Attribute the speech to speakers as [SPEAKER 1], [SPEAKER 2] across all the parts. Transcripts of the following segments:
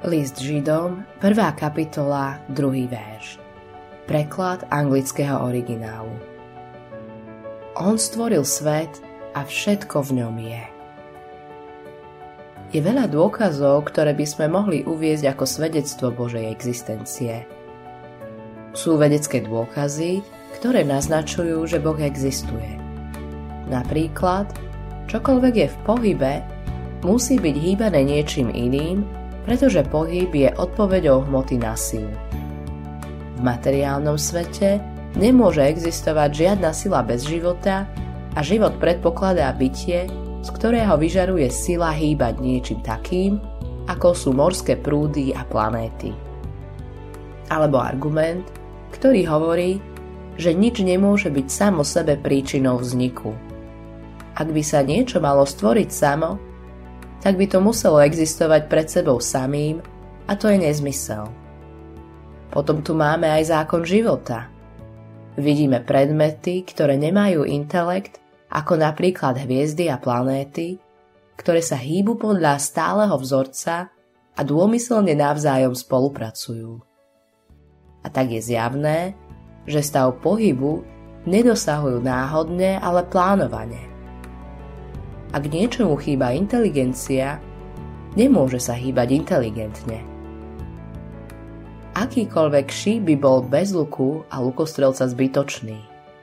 [SPEAKER 1] List Židom, 1. kapitola, 2. verš. Preklad anglického originálu. On stvoril svet a všetko v ňom je. Je veľa dôkazov, ktoré by sme mohli uviesť ako svedectvo Božej existencie. Sú vedecké dôkazy, ktoré naznačujú, že Boh existuje. Napríklad, čokoľvek je v pohybe, musí byť hýbané niečím iným, pretože pohyb je odpoveďou hmoty na silu. V materiálnom svete nemôže existovať žiadna sila bez života a život predpokladá bytie, z ktorého vyžaruje sila hýbať niečím takým, ako sú morské prúdy a planéty. Alebo argument, ktorý hovorí, že nič nemôže byť samo sebe príčinou vzniku. Ak by sa niečo malo stvoriť samo, tak by to muselo existovať pred sebou samým a to je nezmysel. Potom tu máme aj zákon života. Vidíme predmety, ktoré nemajú intelekt, ako napríklad hviezdy a planéty, ktoré sa hýbu podľa stáleho vzorca a dômyselne navzájom spolupracujú. A tak je zjavné, že stav pohybu nedosahujú náhodne, ale plánovane. Ak niečomu chýba inteligencia, nemôže sa hýbať inteligentne. Akýkoľvek šíp by bol bez luku a lukostrelca zbytočný.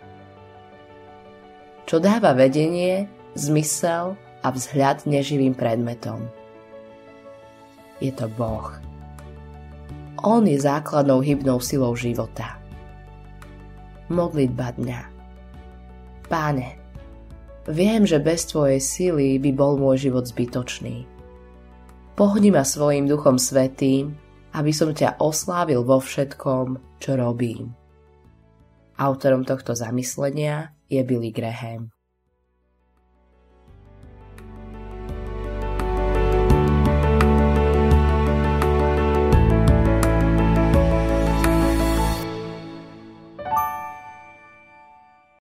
[SPEAKER 1] Čo dáva vedenie, zmysel a vzhľad neživým predmetom? Je to Boh. On je základnou hybnou silou života. Modlitba dňa. Páne, viem, že bez tvojej sily by bol môj život zbytočný. Pohni ma svojím Duchom Svätým, aby som ťa oslávil vo všetkom, čo robím. Autorom tohto zamyslenia je Billy Graham.